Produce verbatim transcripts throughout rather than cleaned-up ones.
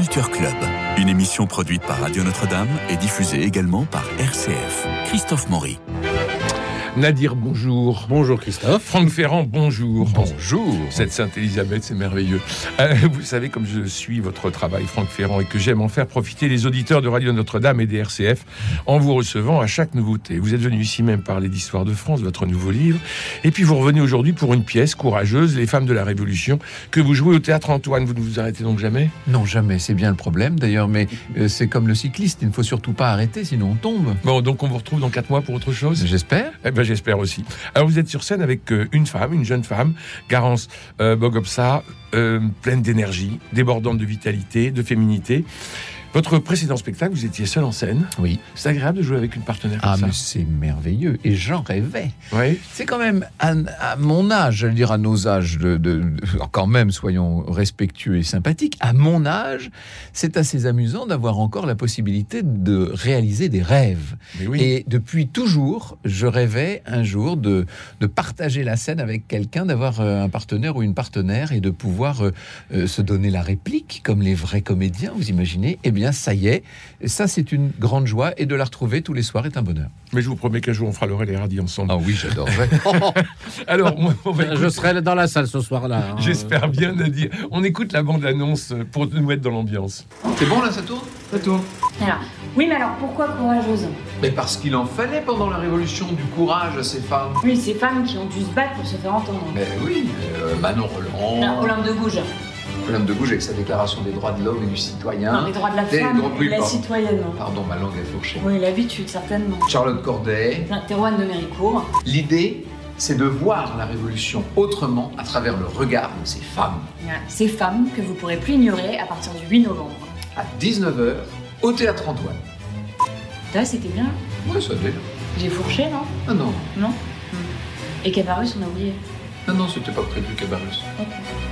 Culture Club, une émission produite par Radio Notre-Dame et diffusée également par R C F. Christophe Maury. Nadir, bonjour. Bonjour Christophe. Franck Ferrand, bonjour. Bonjour. Cette Sainte-Élisabeth, c'est merveilleux. Euh, vous savez, comme je suis votre travail, Franck Ferrand, et que j'aime en faire profiter les auditeurs de Radio Notre-Dame et des R C F en vous recevant à chaque nouveauté. Vous êtes venu ici même parler d'Histoire de France, votre nouveau livre, et puis vous revenez aujourd'hui pour une pièce courageuse, Les femmes de la Révolution, que vous jouez au Théâtre Antoine. Vous ne vous arrêtez donc jamais ? Non, jamais, c'est bien le problème d'ailleurs, mais euh, c'est comme le cycliste, il ne faut surtout pas arrêter, sinon on tombe. Bon, donc on vous retrouve dans quatre mois pour autre chose ? J'espère. Eh ben, j'espère aussi. Alors vous êtes sur scène avec euh, une femme, une jeune femme, Garance euh, Bogopsa, euh, pleine d'énergie, débordante de vitalité, de féminité. Votre précédent spectacle, vous étiez seul en scène. Oui. C'est agréable de jouer avec une partenaire Ah, comme ça. mais c'est merveilleux, et j'en rêvais. Oui. C'est quand même, à, à mon âge, je veux dire à nos âges, de, de, de, quand même, soyons respectueux et sympathiques, à mon âge, c'est assez amusant d'avoir encore la possibilité de réaliser des rêves. Mais oui. Et depuis toujours, je rêvais un jour de, de partager la scène avec quelqu'un, d'avoir un partenaire ou une partenaire et de pouvoir euh, se donner la réplique, comme les vrais comédiens, vous imaginez. Eh bien, ça y est, ça c'est une grande joie, et de la retrouver tous les soirs est un bonheur. Mais je vous promets qu'un jour on fera Laurel et Hardy ensemble. Ah oui, j'adorerais. Alors, moi, on va Je écouter... serai dans la salle ce soir-là. Hein. J'espère bien, Nadir. On écoute la bande-annonce pour nous mettre dans l'ambiance. C'est bon là, ça tourne ? Ça tourne. Alors, oui, mais alors pourquoi courageuse ? Mais parce qu'il en fallait pendant la Révolution du courage à ces femmes. Oui, ces femmes qui ont dû se battre pour se faire entendre. Mais oui, euh, Manon Roland, Non, Olympe de Gouges. Olympe de Gouges avec sa déclaration des droits de l'homme et du citoyen. Non, les droits de la Des femme droits- oui, et de la pardon. citoyenne. Pardon, ma langue est fourchée. Oui, l'habitude, certainement. Charlotte Corday. Théroigne de Méricourt. L'idée, c'est de voir la Révolution autrement à travers le regard de ces femmes. Voilà. Ces femmes que vous pourrez plus ignorer à partir du huit novembre. À dix-neuf heures, au Théâtre Antoine. Là, c'était bien. Ouais, ça l'est. J'ai fourché, non ? Ah non, Non hmm. Et Cabarrus, on a oublié. non, non, c'était pas prévu, Cabarrus. Ok.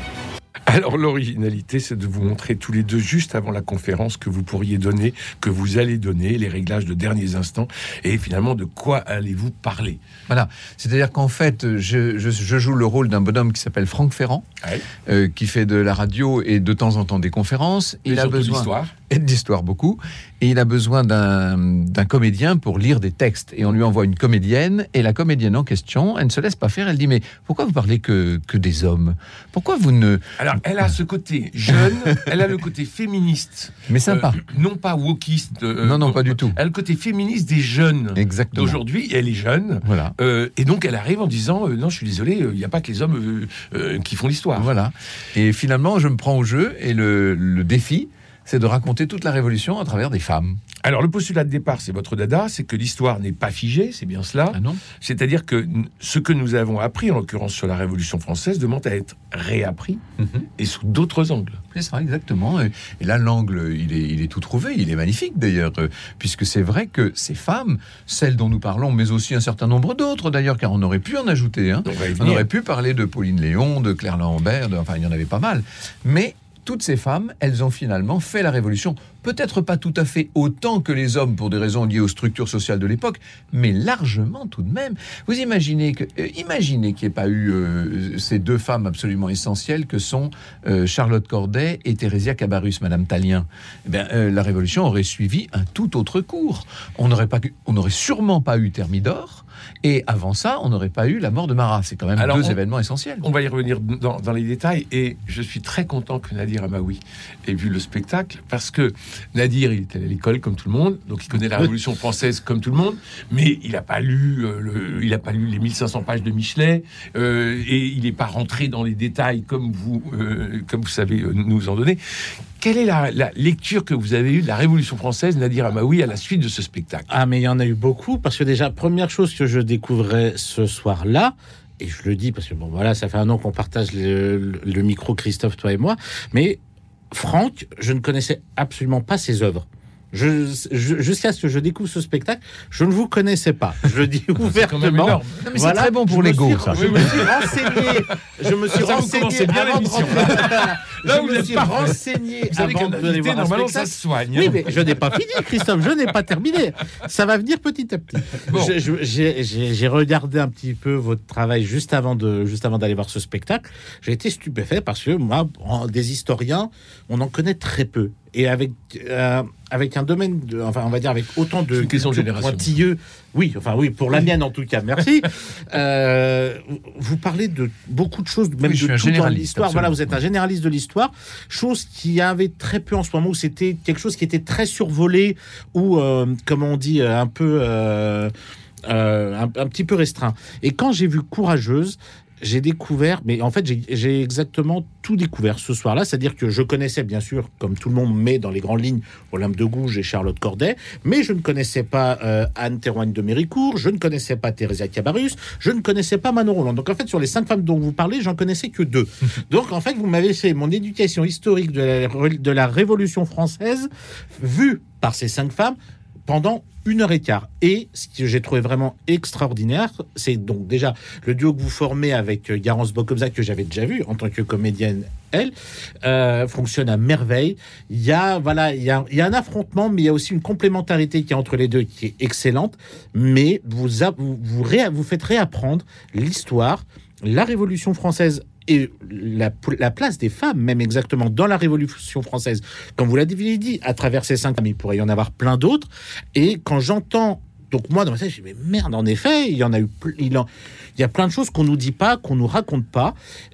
Alors, l'originalité, c'est de vous montrer tous les deux, juste avant la conférence, que vous pourriez donner, que vous allez donner, les réglages de derniers instants, et finalement, de quoi allez-vous parler ? Voilà, c'est-à-dire qu'en fait, je, je, je joue le rôle d'un bonhomme qui s'appelle Franck Ferrand, Ouais. euh, qui fait de la radio et de temps en temps des conférences. Et Il a surtout besoin d'histoire. et d'histoire beaucoup, et il a besoin d'un, d'un comédien pour lire des textes. Et on lui envoie une comédienne, et la comédienne en question, elle ne se laisse pas faire. Elle dit, mais pourquoi vous parlez que, que des hommes ? Pourquoi vous ne... Alors, elle a ce côté jeune, elle a le côté féministe. Mais sympa. Euh, non pas wokiste. euh, Non, non, pas du tout. Elle a le côté féministe des jeunes. Exactement. D'aujourd'hui, elle est jeune. Voilà. Euh, et donc, elle arrive en disant, euh, non, je suis désolé, il n'y a pas que les hommes euh, euh, qui font l'histoire. Voilà. Et finalement, je me prends au jeu, et le, le défi, c'est de raconter toute la Révolution à travers des femmes. Alors, le postulat de départ, c'est votre dada, c'est que l'histoire n'est pas figée, c'est bien cela. Ah non ? C'est-à-dire que n- ce que nous avons appris, en l'occurrence sur la Révolution française, demande à être réappris et sous d'autres angles. C'est ça, exactement. Et, et là, l'angle, il est, il est tout trouvé. Il est magnifique, d'ailleurs, euh, puisque c'est vrai que ces femmes, celles dont nous parlons, mais aussi un certain nombre d'autres, d'ailleurs, car on aurait pu en ajouter. Hein. On va y On venir. aurait pu parler de Pauline Léon, de Claire Lambert, de, enfin, il y en avait pas mal. Mais toutes ces femmes, elles ont finalement fait la Révolution. Peut-être pas tout à fait autant que les hommes pour des raisons liées aux structures sociales de l'époque, mais largement tout de même. Vous imaginez que, euh, imaginez qu'il n'y ait pas eu euh, ces deux femmes absolument essentielles que sont euh, Charlotte Corday et Thérèse Cabarrus, Madame Tallien. Eh bien, euh, la Révolution aurait suivi un tout autre cours. On n'aurait pas, on n'aurait sûrement pas eu Thermidor, et avant ça, on n'aurait pas eu la mort de Marat. C'est quand même Alors, deux on- événements essentiels. On va y revenir dans, dans les détails, et je suis très content que Nadir Amaoui ait vu le spectacle, parce que Nadir, il était à l'école comme tout le monde, donc il connaît la Révolution française comme tout le monde, mais il n'a pas lu, euh, le, il n'a pas lu les mille cinq cents pages de Michelet, euh, et il n'est pas rentré dans les détails comme vous, euh, comme vous savez euh, nous en donner. Quelle est la, la lecture que vous avez eue de la Révolution française, Nadir Amaoui, à la suite de ce spectacle ? Ah, mais il y en a eu beaucoup, parce que déjà, première chose que je découvrais ce soir-là, et je le dis parce que, bon, voilà, ça fait un an qu'on partage le, le, le micro, Christophe, toi et moi, mais Franck, je ne connaissais absolument pas ses œuvres. Je, je, jusqu'à ce que je découvre ce spectacle, je ne vous connaissais pas. Je le dis quand même ouvertement. énorme. Non, mais c'est très bon pour je me l'ego, suis- ça. Je me suis renseigné. Je me suis Ça, vous renseigné commencez bien avant de l'émission. rentrer. Là, je vous me n'êtes suis pas renseigné Vous savez avant qu'un de aller invité, voir un normalement, ça spectacle. se soigne. Oui, mais je n'ai pas fini, Christophe. Je n'ai pas terminé. Ça va venir petit à petit. Bon. Je- je- J'ai j'ai- j'ai regardé un petit peu votre travail juste avant de, juste avant d'aller voir ce spectacle. J'ai été stupéfait parce que moi, en- des historiens, on en connaît très peu. et avec euh, avec un domaine, de, enfin on va dire avec autant de question de génération. Pointilleux. Oui, enfin oui, pour la mienne en tout cas, merci. euh, vous parlez de beaucoup de choses, même oui, de tout dans l'histoire. Absolument. Voilà, vous êtes un généraliste de l'histoire, chose qui avait très peu en ce moment, où c'était quelque chose qui était très survolé, ou euh, comment on dit, un peu, euh, euh, un, un petit peu restreint. Et quand j'ai vu Courageuse, j'ai découvert, mais en fait, j'ai, j'ai exactement tout découvert ce soir-là. C'est-à-dire que je connaissais, bien sûr, comme tout le monde met dans les grandes lignes, Olympe de Gouges et Charlotte Corday, mais je ne connaissais pas euh, Anne Théroigne de Méricourt, je ne connaissais pas Thérèse Cabarrus, je ne connaissais pas Manon Roland. Donc, en fait, sur les cinq femmes dont vous parlez, j'en connaissais que deux. Donc, en fait, vous m'avez fait mon éducation historique de la, de la Révolution française, vue par ces cinq femmes, pendant une heure et quart. Et ce que j'ai trouvé vraiment extraordinaire, c'est donc déjà le duo que vous formez avec Garance Bocobza, que j'avais déjà vu en tant que comédienne, elle, euh, fonctionne à merveille. Il y a, voilà, il y a, il y a un affrontement, mais il y a aussi une complémentarité qui est entre les deux, qui est excellente. Mais vous, a, vous, vous, ré, vous faites réapprendre l'histoire, la Révolution française et la, la place des femmes, même exactement, dans la Révolution française. Comme vous l'avez dit, à travers ces cinq femmes, il pourrait y en avoir plein d'autres. Et quand j'entends... Donc moi, dans ma tête, je dis, mais merde, en effet, il y en a eu... Il, en, il y a plein de choses qu'on nous dit pas, qu'on nous raconte pas.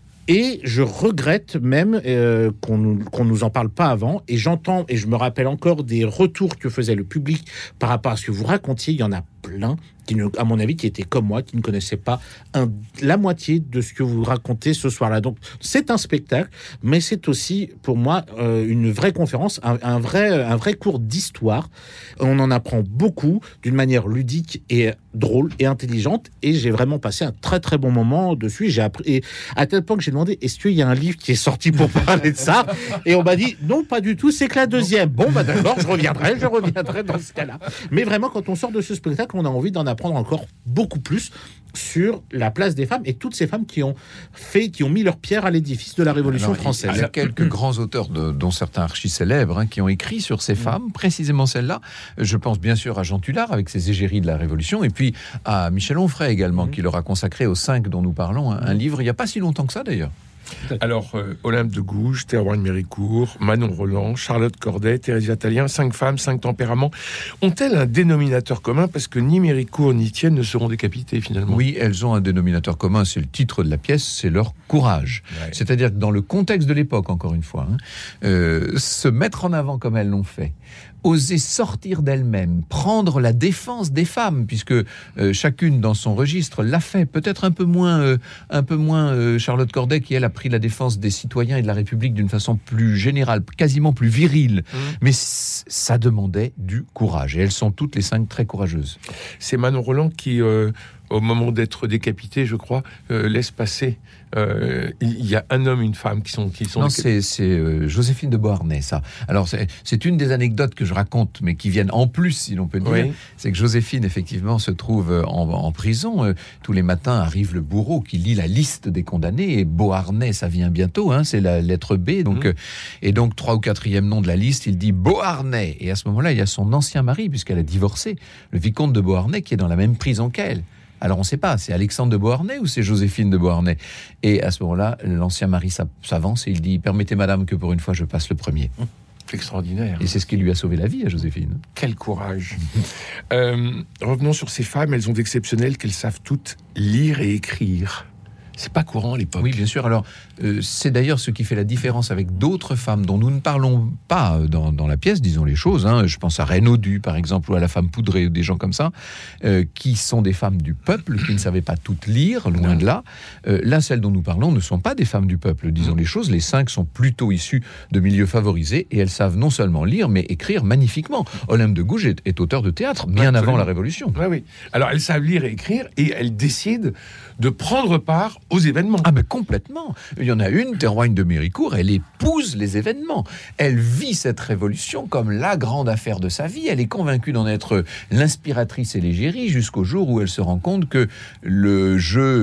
Et je regrette même euh, qu'on nous, qu'on nous en parle pas avant. Et j'entends, et je me rappelle encore des retours que faisait le public par rapport à ce que vous racontiez. Il y en a plein qui, à mon avis, qui étaient comme moi, qui ne connaissaient pas un, la moitié de ce que vous racontez ce soir-là. Donc, c'est un spectacle, mais c'est aussi, pour moi, euh, une vraie conférence, un, un, vrai, un vrai cours d'histoire. On en apprend beaucoup, d'une manière ludique et drôle et intelligente, et j'ai vraiment passé un très très bon moment dessus. J'ai appris, et à tel point que j'ai demandé, est-ce qu'il y a un livre qui est sorti pour parler de ça? Et on m'a dit, non, pas du tout, c'est que la deuxième. Bon, bah d'accord, je reviendrai, je reviendrai dans ce cas-là. Mais vraiment, quand on sort de ce spectacle, on a envie d'en apprendre encore beaucoup plus sur la place des femmes et toutes ces femmes qui ont fait, qui ont mis leur pierre à l'édifice de la Révolution Alors, française. Il y a quelques grands auteurs, de, dont certains archi-célèbres, hein, qui ont écrit sur ces femmes, précisément celles-là. Je pense bien sûr à Jean Tullard, avec ses égéries de la Révolution, et puis à Michel Onfray également, mmh. qui leur a consacré aux cinq dont nous parlons, un, un livre il n'y a pas si longtemps que ça d'ailleurs. Alors, euh, Olympe de Gouges, Théroigne de Méricourt, Manon Roland, Charlotte Corday, Thérèse Attalien, cinq femmes, cinq tempéraments, ont-elles un dénominateur commun? Parce que ni Méricourt ni Thienne ne seront décapités finalement. Oui, elles ont un dénominateur commun, c'est le titre de la pièce, c'est leur courage. Ouais. C'est-à-dire que dans le contexte de l'époque, encore une fois, hein, euh, se mettre en avant comme elles l'ont fait, oser sortir d'elle-même, prendre la défense des femmes, puisque euh, chacune dans son registre l'a fait. Peut-être un peu moins, euh, un peu moins euh, Charlotte Corday, qui elle a pris la défense des citoyens et de la République d'une façon plus générale, quasiment plus virile. Mmh. Mais c- ça demandait du courage. Et elles sont toutes les cinq très courageuses. C'est Manon Roland qui, euh, au moment d'être décapitée, je crois, euh, laisse passer. Euh, il y a un homme, une femme qui sont qui sont. Non, c'est, c'est euh, Joséphine de Beauharnais, ça. Alors c'est, c'est une des anecdotes que je raconte, mais qui viennent en plus, si l'on peut dire. Oui. C'est que Joséphine, effectivement, se trouve en, en prison. Euh, tous les matins arrive le bourreau qui lit la liste des condamnés. Et Beauharnais, ça vient bientôt. Hein, c'est la lettre B. Donc mmh. euh, et donc trois ou quatrième nom de la liste, il dit Beauharnais. Et à ce moment-là, il y a son ancien mari, puisqu'elle a divorcé, le vicomte de Beauharnais, qui est dans la même prison qu'elle. Alors on ne sait pas, c'est Alexandre de Beauharnais ou c'est Joséphine de Beauharnais? Et à ce moment-là, l'ancien mari s'avance et il dit « Permettez madame que pour une fois je passe le premier ». C'est extraordinaire. Et c'est ce qui lui a sauvé la vie à Joséphine. Quel courage. euh, Revenons sur ces femmes, elles ont d'exceptionnel qu'elles savent toutes lire et écrire. C'est pas courant à l'époque. Oui, bien sûr. Alors, euh, c'est d'ailleurs ce qui fait la différence avec d'autres femmes dont nous ne parlons pas dans, dans la pièce, disons les choses. Hein. Je pense à Reine Audu, par exemple, ou à la femme Poudrée, ou des gens comme ça, euh, qui sont des femmes du peuple, qui ne savaient pas toutes lire, loin de là. Euh, là, celles dont nous parlons ne sont pas des femmes du peuple, disons les choses. Les cinq sont plutôt issues de milieux favorisés, et elles savent non seulement lire, mais écrire magnifiquement. Olympe de Gouges est, est auteur de théâtre, bien Absolument. Avant la Révolution. Oui, oui. Alors, elles savent lire et écrire, et elles décident de prendre part aux événements. Ah ben complètement. Il y en a une, Théroigne de Méricourt, elle épouse les événements. Elle vit cette révolution comme la grande affaire de sa vie. Elle est convaincue d'en être l'inspiratrice et l'égérie jusqu'au jour où elle se rend compte que le jeu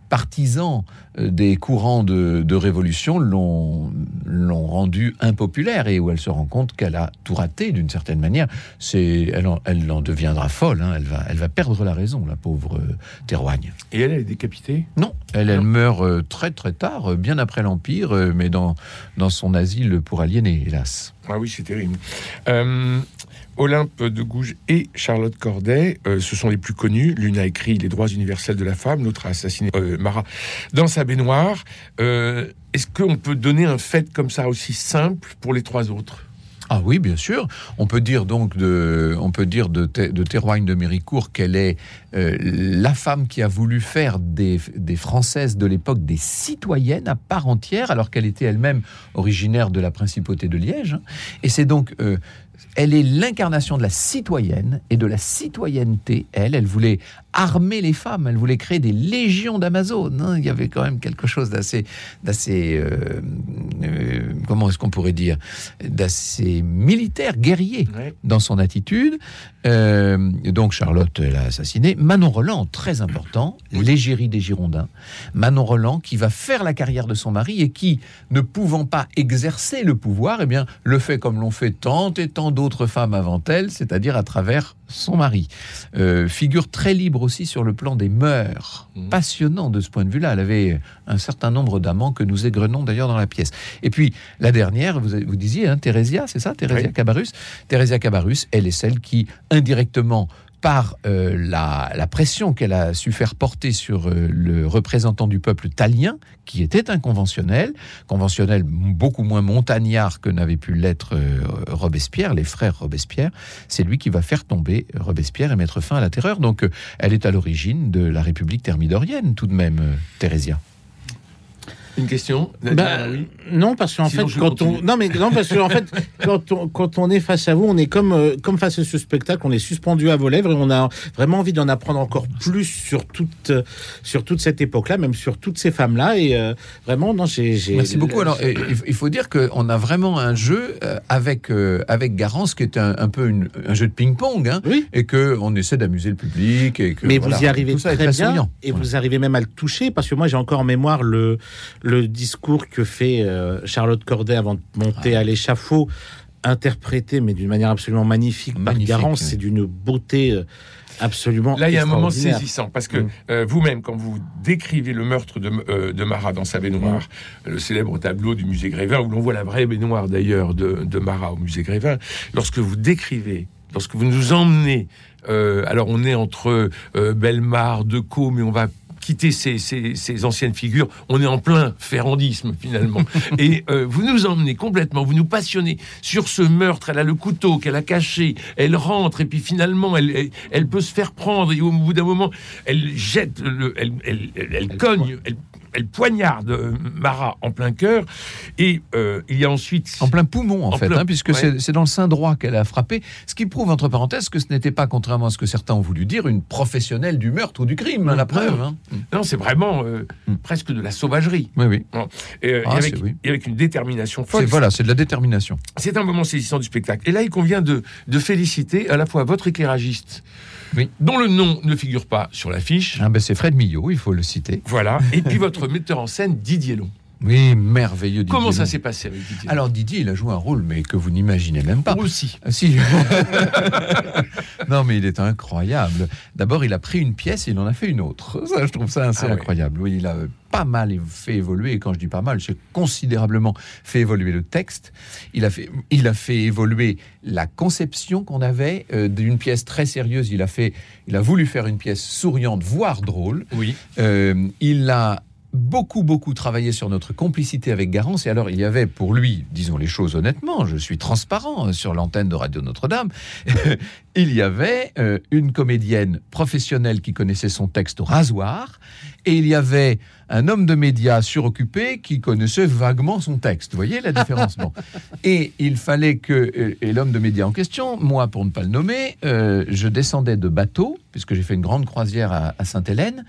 partisans des courants de, de révolution l'ont, l'ont rendue impopulaire et où elle se rend compte qu'elle a tout raté d'une certaine manière. C'est, elle, en, elle en deviendra folle, hein. elle, va, elle va perdre la raison, la pauvre euh, Théroigne. Et elle, elle est décapitée ? Non, elle, elle Non. meurt euh, très très tard, euh, bien après l'Empire, euh, mais dans, dans son asile pour aliénés, hélas. Ah oui, c'est terrible. Euh, Olympe de Gouges et Charlotte Corday, euh, ce sont les plus connus. L'une a écrit Les droits universels de la femme, l'autre a assassiné euh, Marat dans sa baignoire. Euh, est-ce qu'on peut donner un fait comme ça aussi simple pour les trois autres ? Ah oui, bien sûr. On peut dire donc de, on peut dire de, de Théroigne de Méricourt qu'elle est euh, la femme qui a voulu faire des, des Françaises de l'époque des citoyennes à part entière, alors qu'elle était elle-même originaire de la principauté de Liège. Et c'est donc euh, elle est l'incarnation de la citoyenne et de la citoyenneté. Elle, elle voulait armer les femmes, elle voulait créer des légions d'Amazones. Hein. Il y avait quand même quelque chose d'assez, d'assez, euh, euh, comment est-ce qu'on pourrait dire, d'assez militaire, guerrier Ouais. dans son attitude. Euh, donc Charlotte l'a assassinée. Manon Roland, très important, l'égérie des Girondins. Manon Roland qui va faire la carrière de son mari et qui, ne pouvant pas exercer le pouvoir, eh bien, le fait comme l'ont fait tant et tant d'autres femmes avant elle, c'est-à-dire à travers son mari. Euh, figure très libre aussi sur le plan des mœurs. Mmh. Passionnant de ce point de vue-là. Elle avait un certain nombre d'amants que nous égrenons d'ailleurs dans la pièce. Et puis, la dernière, vous, vous disiez, hein, Thérésia, c'est ça, Thérésia oui. Cabarrus. Thérésia Cabarrus, elle est celle qui, indirectement, par euh, la, la pression qu'elle a su faire porter sur euh, le représentant du peuple talien, qui était un conventionnel, conventionnel beaucoup moins montagnard que n'avait pu l'être euh, Robespierre, les frères Robespierre, c'est lui qui va faire tomber Robespierre et mettre fin à la terreur. Donc euh, elle est à l'origine de la République thermidorienne, tout de même, euh, Thérésia. Une question bah, oui. Non, parce qu'en Sinon, fait, quand on non mais non parce qu'en fait, quand on quand on est face à vous, on est comme euh, comme face à ce spectacle, on est suspendu à vos lèvres et on a vraiment envie d'en apprendre encore plus sur toute euh, sur toute cette époque-là, même sur toutes ces femmes-là. Et euh, vraiment, non, j'ai, j'ai merci beaucoup. Alors, j'ai... il faut dire qu'on a vraiment un jeu euh, avec euh, avec Garance qui est un, un peu une, un jeu de ping-pong, hein, oui. et que on essaie d'amuser le public. Et que, mais voilà, vous y arrivez très bien, souriant. Et voilà. Vous arrivez même à le toucher, parce que moi, j'ai encore en mémoire le le discours que fait euh, Charlotte Corday avant de monter ah. à l'échafaud, interprété, mais d'une manière absolument magnifique, magnifique par Garance. Oui. C'est d'une beauté euh, absolument là, il y a un moment saisissant, parce que mmh. euh, vous-même, quand vous décrivez le meurtre de, euh, de Marat dans sa baignoire, mmh. le célèbre tableau du musée Grévin, où l'on voit la vraie baignoire d'ailleurs de, de Marat au musée Grévin, lorsque vous décrivez, lorsque vous nous emmenez, euh, alors on est entre euh, Bellemare, Decaux, mais on va quitter ces, ces, ces anciennes figures, on est en plein ferrandisme finalement. Et euh, vous nous emmenez complètement, vous nous passionnez sur ce meurtre. Elle a le couteau qu'elle a caché, elle rentre et puis finalement elle, elle, elle peut se faire prendre et au bout d'un moment elle jette, le, elle, elle, elle, elle cogne, elle, elle poignarde Marat en plein cœur et euh, il y a ensuite... En plein poumon en, en fait, plein, hein, puisque ouais. c'est, c'est dans le sein droit qu'elle a frappé, ce qui prouve entre parenthèses que ce n'était pas, contrairement à ce que certains ont voulu dire, une professionnelle du meurtre ou du crime, mmh, la preuve. Hein. Non, c'est vraiment euh, mmh. presque de la sauvagerie. Oui, oui. Et, euh, ah, et, avec, oui. et avec une détermination folle. C'est, voilà, c'est de la détermination. C'est un moment saisissant du spectacle. Et là, il convient de, de féliciter à la fois votre éclairagiste, oui. dont le nom ne figure pas sur l'affiche. Ah ben c'est Fred Millot, il faut le citer. Voilà. Et puis votre metteur en scène, Didier Long. Oui, merveilleux Didier. Comment ça Long. s'est passé avec Didier? Alors Didier, il a joué un rôle, mais que vous n'imaginez même pas. Moi aussi. Ah, si. Non, mais il est incroyable. D'abord, il a pris une pièce et il en a fait une autre. Ça, je trouve ça assez ah, incroyable. Oui. oui, il a pas mal fait évoluer. Et quand je dis pas mal, j'ai considérablement fait évoluer le texte. Il a fait, il a fait évoluer la conception qu'on avait euh, d'une pièce très sérieuse. Il a fait, il a voulu faire une pièce souriante, voire drôle. Oui. Euh, il a beaucoup, beaucoup travaillé sur notre complicité avec Garance. Et alors, il y avait pour lui, disons les choses honnêtement, je suis transparent sur l'antenne de Radio Notre-Dame, il y avait euh, une comédienne professionnelle qui connaissait son texte au rasoir, et il y avait un homme de médias suroccupé qui connaissait vaguement son texte. Vous voyez la différence? Bon. Et il fallait que... Et l'homme de médias en question, moi, pour ne pas le nommer, euh, je descendais de bateau, puisque j'ai fait une grande croisière à, à Sainte-Hélène,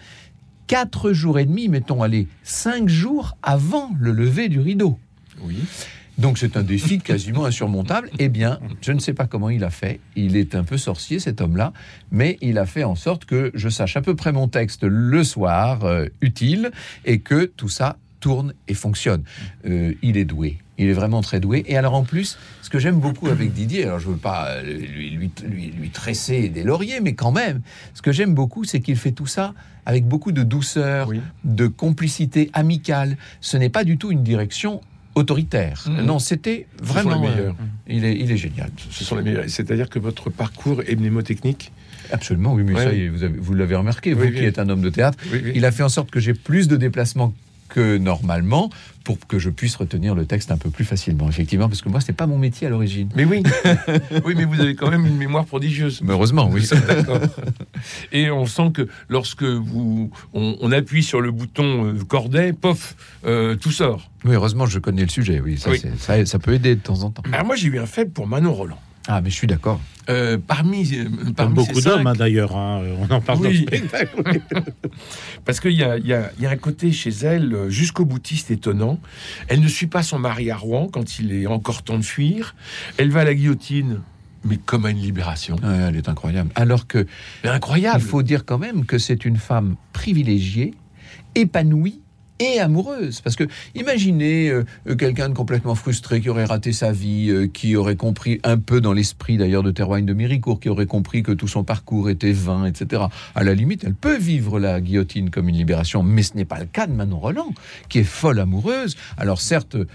quatre jours et demi, mettons, allez, cinq jours avant le lever du rideau. Oui. Donc c'est un défi quasiment insurmontable. Eh bien, je ne sais pas comment il a fait. Il est un peu sorcier, cet homme-là, mais il a fait en sorte que je sache à peu près mon texte le soir, euh, utile, et que tout ça tourne et fonctionne. Euh, il est doué. Il est vraiment très doué. Et alors en plus, ce que j'aime beaucoup avec Didier, alors je ne veux pas lui, lui, lui, lui tresser des lauriers, mais quand même, ce que j'aime beaucoup, c'est qu'il fait tout ça avec beaucoup de douceur, oui. de complicité amicale. Ce n'est pas du tout une direction autoritaire. Mmh. Non, c'était vraiment... Ce sont les meilleurs. Euh, il, est, il est génial. Ce sont les meilleurs. C'est-à-dire que votre parcours est mnémotechnique. Absolument, oui, mais ouais, ça, oui. Vous, avez, vous l'avez remarqué, oui, vous oui. qui êtes un homme de théâtre. Oui, oui. Il a fait en sorte que j'ai plus de déplacements que normalement, pour que je puisse retenir le texte un peu plus facilement, effectivement, parce que moi, c'est pas mon métier à l'origine. Mais oui, oui, mais vous avez quand même une mémoire prodigieuse. Mais heureusement, oui. D'accord. Et on sent que lorsque vous, on, on appuie sur le bouton euh, cordet, pof, euh, tout sort. Oui, heureusement, je connais le sujet. Oui, ça, oui. C'est, ça, ça peut aider de temps en temps. Alors moi, j'ai eu un faible pour Manon Roland. Ah, mais je suis d'accord. Euh, parmi, euh, Comme parmi beaucoup cinq... d'hommes, hein, d'ailleurs. Hein, on en parle oui. dans le spectacle. Parce qu'il y a, il y, a, il y a un côté chez elle jusqu'au boutiste étonnant. Elle ne suit pas son mari à Rouen quand il est encore temps de fuir. Elle va à la guillotine, mais comme à une libération. Ouais, elle est incroyable. Alors que, mais incroyable. Il faut dire quand même que c'est une femme privilégiée, épanouie, et amoureuse, parce que imaginez euh, quelqu'un de complètement frustré qui aurait raté sa vie, euh, qui aurait compris un peu dans l'esprit d'ailleurs de Théroigne de Méricourt, qui aurait compris que tout son parcours était vain, et cetera. À la limite, elle peut vivre la guillotine comme une libération, mais ce n'est pas le cas de Manon Roland, qui est folle amoureuse. Alors certes, euh,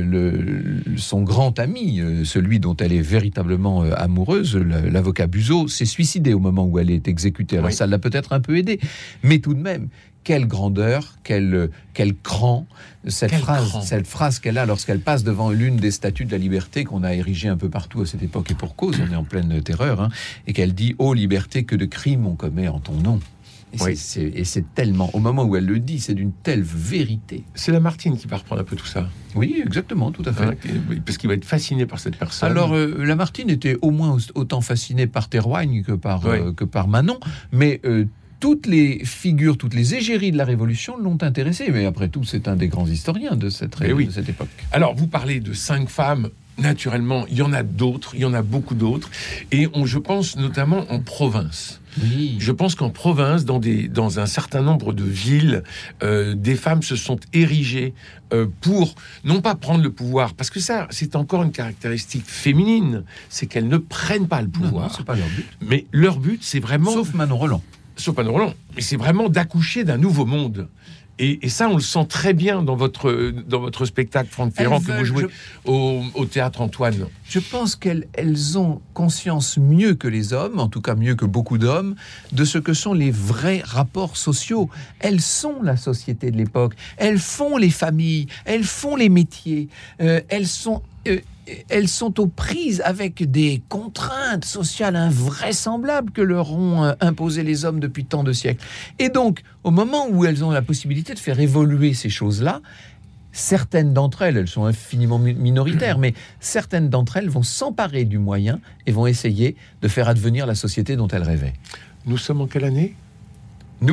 le, son grand ami, euh, celui dont elle est véritablement euh, amoureuse, l'avocat Buzot, s'est suicidé au moment où elle est exécutée. Alors oui. Ça l'a peut-être un peu aidé, mais tout de même, quelle grandeur, quel, quel cran, cette quel phrase, cran. cette phrase qu'elle a lorsqu'elle passe devant l'une des statues de la liberté qu'on a érigées un peu partout à cette époque et pour cause, on est en pleine terreur, hein, et qu'elle dit « Ô liberté, que de crimes on commet en ton nom ». Et, oui. c'est, c'est, et c'est tellement, au moment où elle le dit, c'est d'une telle vérité. C'est Lamartine qui va reprendre un peu tout ça. Oui, exactement, tout à fait. Hein, parce qu'il va être fasciné par cette personne. Alors, euh, Lamartine était au moins autant fasciné par Théroigne que par, oui. euh, que par Manon, mais... Euh, toutes les figures, toutes les égéries de la Révolution l'ont intéressé. Mais après tout, c'est un des grands historiens de cette, ré... oui. de cette époque. Alors, vous parlez de cinq femmes. Naturellement, il y en a d'autres, il y en a beaucoup d'autres. Et on, je pense notamment en province. Oui. Je pense qu'en province, dans, des, dans un certain nombre de villes, euh, des femmes se sont érigées euh, pour, non pas prendre le pouvoir, parce que ça, c'est encore une caractéristique féminine, c'est qu'elles ne prennent pas le pouvoir. Non, non, c'est pas leur but. Mais leur but, c'est vraiment... Sauf Manon Roland. Sauf Manon Roland. Mais c'est vraiment d'accoucher d'un nouveau monde. Et, et ça, on le sent très bien dans votre, dans votre spectacle, Franck Ferrand, que vous jouez je... au, au Théâtre Antoine. Je pense qu'elles elles ont conscience mieux que les hommes, en tout cas mieux que beaucoup d'hommes, de ce que sont les vrais rapports sociaux. Elles sont la société de l'époque. Elles font les familles. Elles font les métiers. Euh, elles sont... Euh, Elles sont aux prises avec des contraintes sociales invraisemblables que leur ont euh, imposées les hommes depuis tant de siècles. Et donc, au moment où elles ont la possibilité de faire évoluer ces choses-là, certaines d'entre elles, elles sont infiniment minoritaires, mais certaines d'entre elles vont s'emparer du moyen et vont essayer de faire advenir la société dont elles rêvaient. Nous sommes en quelle année ? Nous ?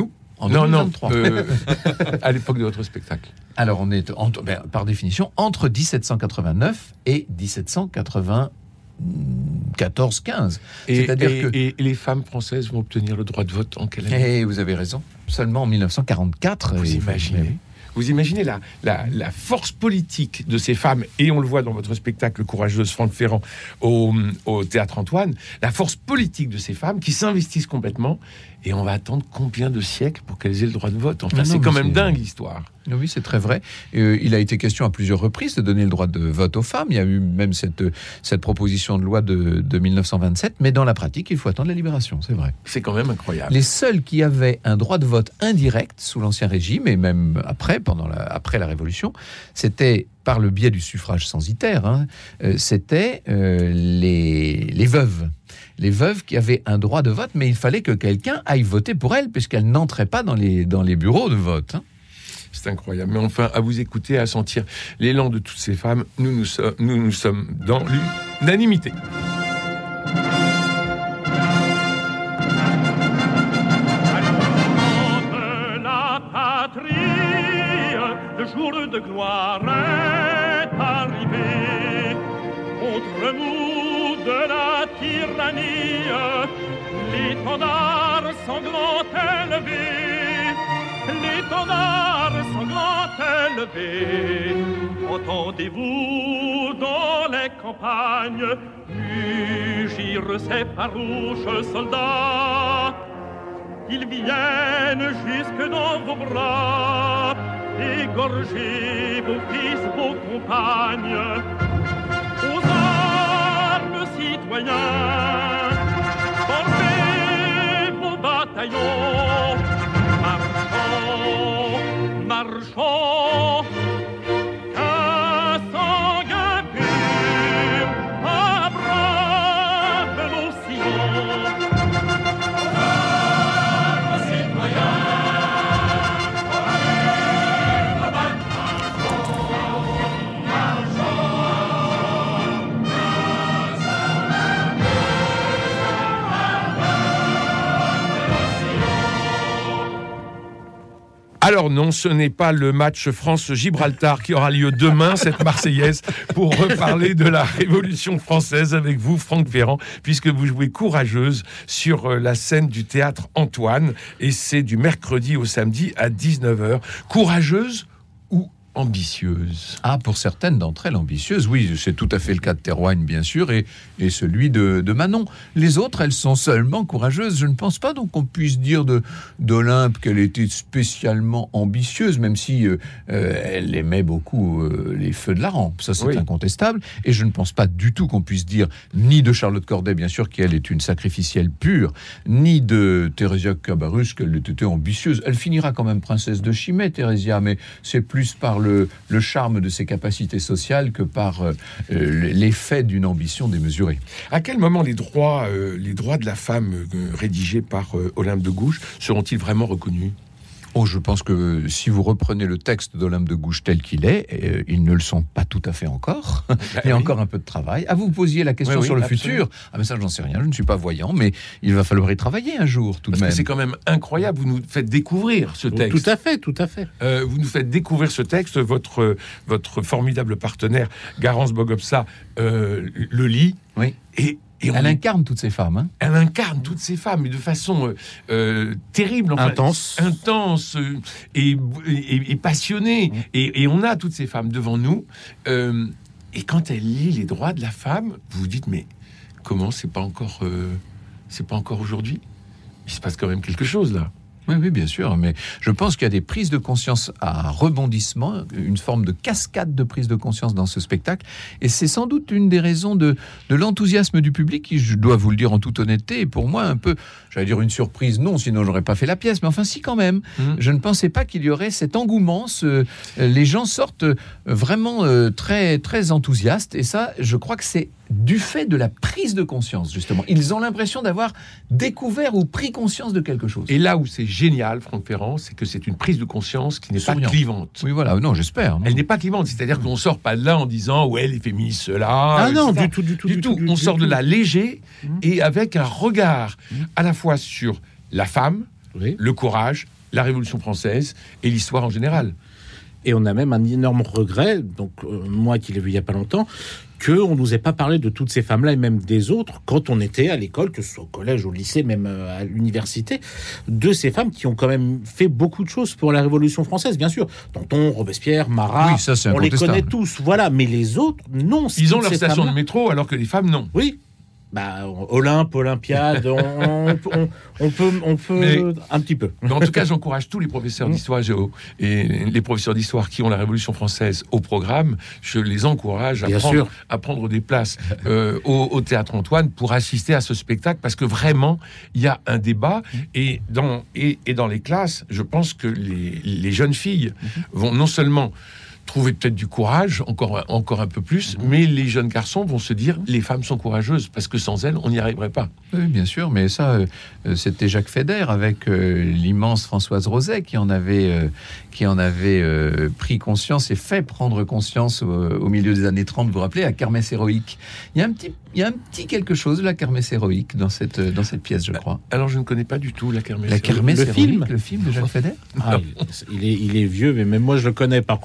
En non, deux mille vingt-trois. non, euh, à l'époque de votre spectacle. Alors, on est, en, ben, par définition, entre dix-sept cent quatre-vingt-neuf et dix-sept cent quatre-vingt-quatorze quinze. Et, C'est-à-dire et, que... et les femmes françaises vont obtenir le droit de vote en quelle année ? Et vous avez raison. Seulement en mille neuf cent quarante-quatre. Vous et, imaginez mais, Vous imaginez la, la, la force politique de ces femmes, et on le voit dans votre spectacle Courageuse Franck Ferrand au, au Théâtre Antoine, la force politique de ces femmes qui s'investissent complètement, et on va attendre combien de siècles pour qu'elles aient le droit de vote ? Enfin, non, c'est quand même c'est... dingue l'histoire. Oui, c'est très vrai. Euh, il a été question à plusieurs reprises de donner le droit de vote aux femmes. Il y a eu même cette, cette proposition de loi de, de mille neuf cent vingt-sept, mais dans la pratique, il faut attendre la libération, c'est vrai. C'est quand même incroyable. Les seuls qui avaient un droit de vote indirect sous l'Ancien Régime, et même après, pendant la, après la Révolution, c'était par le biais du suffrage censitaire, hein, euh, c'était euh, les, les veuves. Les veuves qui avaient un droit de vote, mais il fallait que quelqu'un aille voter pour elles, puisqu'elles n'entraient pas dans les, dans les bureaux de vote. Hein. C'est incroyable. Mais enfin, à vous écouter, à sentir l'élan de toutes ces femmes, nous nous sommes, nous, nous sommes dans l'unanimité. La patrie, le jour de gloire est arrivé. Contre nous de la tyrannie, l'étendard sanglant élevé, l'étendard sanglant élevé. Entendez-vous dans les campagnes mugir ces farouches soldats? Ils viennent jusque dans vos bras, égorger vos fils, vos compagnes. Aux armes, citoyens, formez vos bataillons. Marchons, marchons, qu'un sanguin pur abreuve nos sillons. Aux armes, citoyens, formez vos bataillons. Alors non, ce n'est pas le match France-Gibraltar qui aura lieu demain, cette Marseillaise, pour reparler de la Révolution française avec vous, Franck Ferrand, puisque vous jouez Courageuse sur la scène du théâtre Antoine, et c'est du mercredi au samedi à dix-neuf heures. Courageuse ou ambitieuse? Ah, pour certaines d'entre elles, ambitieuses, oui, c'est tout à fait le cas de Théroigne, bien sûr, et, et celui de, de Manon. Les autres, elles sont seulement courageuses. Je ne pense pas donc qu'on puisse dire de, d'Olympe qu'elle était spécialement ambitieuse, même si euh, euh, elle aimait beaucoup euh, les feux de la rampe. Ça, c'est oui. incontestable. Et je ne pense pas du tout qu'on puisse dire ni de Charlotte Corday, bien sûr, qu'elle est une sacrificielle pure, ni de Thérèsia Cabarrus, qu'elle était ambitieuse. Elle finira quand même princesse de Chimay, Thérèsia, mais c'est plus par le Le, le charme de ses capacités sociales que par euh, l'effet d'une ambition démesurée. À quel moment les droits, euh, les droits de la femme euh, rédigés par euh, Olympe de Gouges seront-ils vraiment reconnus ? Oh, je pense que si vous reprenez le texte d'Olympe de Gouges tel qu'il est, euh, ils ne le sont pas tout à fait encore. Bah, il y a oui. encore un peu de travail. Ah, vous posiez la question oui, sur oui, le absolument. futur. Ah, mais ça, j'en sais rien. Je ne suis pas voyant, mais il va falloir y travailler un jour, tout Parce de même. Que c'est quand même incroyable. Vous nous faites découvrir ce texte. Tout à fait, tout à fait. Euh, vous nous faites découvrir ce texte. Votre, votre formidable partenaire, Garance Bogopsa, euh, le lit. Oui. Et Et elle on... incarne toutes ces femmes. Hein. Elle incarne toutes ces femmes, mais de façon euh, terrible, enfin, intense, intense euh, et, et, et passionnée. Mmh. Et, et on a toutes ces femmes devant nous. Euh, et quand elle lit les droits de la femme, vous vous dites mais comment c'est pas encore, euh, c'est pas encore aujourd'hui? Il se passe quand même quelque chose là. Oui, oui, bien sûr, mais je pense qu'il y a des prises de conscience à rebondissement, une forme de cascade de prise de conscience dans ce spectacle, et c'est sans doute une des raisons de, de l'enthousiasme du public, qui, je dois vous le dire en toute honnêteté, est pour moi un peu, j'allais dire une surprise, non, sinon j'aurais pas fait la pièce, mais enfin si quand même. Mmh. Je ne pensais pas qu'il y aurait cet engouement, ce, les gens sortent vraiment euh, très, très enthousiastes, et ça, je crois que c'est du fait de la prise de conscience, justement. Ils ont l'impression d'avoir découvert ou pris conscience de quelque chose. Et là où c'est génial, Franck Ferrand, c'est que c'est une prise de conscience qui n'est Souriant. pas clivante. Oui, voilà, non, j'espère. Non. Elle n'est pas clivante, c'est-à-dire qu'on sort pas de là en disant « ouais, les féministes, cela... » Ah non, du tout, du tout. Du, du tout, tout. On du sort tout. de là léger mmh. et avec un regard mmh. à la fois sur la femme, oui. le courage, la Révolution française et l'histoire en général. Et on a même un énorme regret, donc euh, moi qui l'ai vu il n'y a pas longtemps, qu'on ne nous ait pas parlé de toutes ces femmes-là et même des autres quand on était à l'école, que ce soit au collège, au lycée, même à l'université, de ces femmes qui ont quand même fait beaucoup de choses pour la Révolution française, bien sûr. Danton, Robespierre, Marat, oui, ça, c'est on les connaît tous, voilà. Mais les autres, non. Ils ont leur station de métro alors que les femmes, non. Oui. Bah, Olympe, Olympiade, on, on, on, on peut, on peut mais, un petit peu. En tout cas, j'encourage tous les professeurs d'histoire géo et les professeurs d'histoire qui ont la Révolution française au programme. Je les encourage à, prendre, à prendre des places euh, au, au Théâtre Antoine pour assister à ce spectacle parce que vraiment, il y a un débat et dans, et, et dans les classes, je pense que les, les jeunes filles vont non seulement trouver peut-être du courage, encore, encore un peu plus, mais les jeunes garçons vont se dire les femmes sont courageuses, parce que sans elles, on n'y arriverait pas. Oui, bien sûr, mais ça, euh, c'était Jacques Feder avec euh, l'immense Françoise Roset qui en avait, euh, qui en avait euh, pris conscience et fait prendre conscience au, au milieu des années trente, vous vous rappelez, à Kermesse héroïque. Il y a un petit, il y a un petit quelque chose de la Kermesse héroïque dans cette, dans cette pièce, je crois. Alors, je ne connais pas du tout la Kermesse La Kermesse le héroïque, film, le film de Jacques Feder. Ah, il, il, est, il est vieux, mais même moi, je le connais, par contre. Eh ben,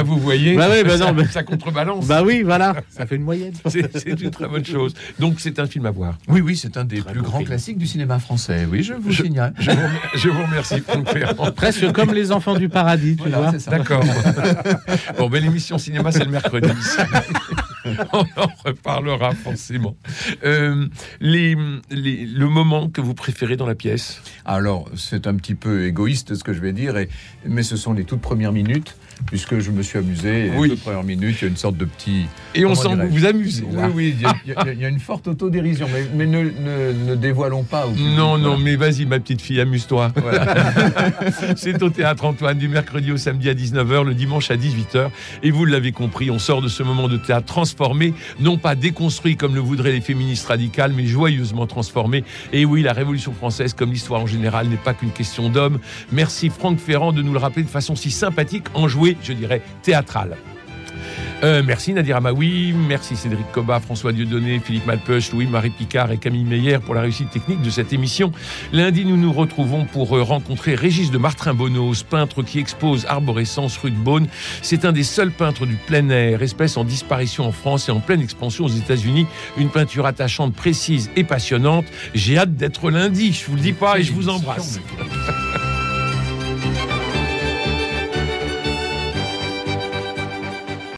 vous voyez, Bah oui, bah ça, non, mais- ça contrebalance. Bah oui, voilà, ça fait une moyenne. C'est c'est une très bonne chose. Donc c'est un film à voir. Oui, oui, c'est un des Très plus bon grands film. classiques du cinéma français. Oui, je vous Je- signale. Je vous, remer- je vous remercie, Franck Ferrand. Presque comme les enfants du paradis, tu Voilà, vois. c'est ça. D'accord. Bon, ben l'émission cinéma, c'est le mercredi. On en reparlera forcément. Euh, les, les- le moment que vous préférez dans la pièce? Alors, c'est un petit peu égoïste ce que je vais dire, et, mais ce sont les toutes premières minutes, puisque je me suis amusé. Et Oui. Les toutes premières minutes, il y a une sorte de petit... Et on Comment sent que vous dirais-je vous amusez. Oui, là. oui, il y, a- il y a- il y a une forte autodérision, mais, mais ne, ne, ne dévoilons pas. Au public, Non, non, voilà. mais vas-y, ma petite fille, amuse-toi. Voilà. C'est au Théâtre Antoine du mercredi au samedi à dix-neuf heures, le dimanche à dix-huit heures. Et vous l'avez compris, on sort de ce moment de théâtre transformé, non pas déconstruit comme le voudraient les féministes radicales, mais joyeusement transformé. Et oui, la Révolution française, comme l'histoire en général, n'est pas qu'une question d'hommes. Merci Franck Ferrand de nous le rappeler de façon si sympathique, enjouée, je dirais, théâtrale. Euh, merci Nadir Amaoui, merci Cédric Cobat, François Dieudonné, Philippe Malpeuch, Louis-Marie Picard et Camille Meyer pour la réussite technique de cette émission. Lundi, nous nous retrouvons pour euh, rencontrer Régis de Martrin-Bonos, peintre qui expose Arborescence rue de Beaune. C'est un des seuls peintres du plein air, espèce en disparition en France et en pleine expansion aux États-Unis. Une peinture attachante, précise et passionnante. J'ai hâte d'être lundi, je vous le dis pas, et je vous embrasse.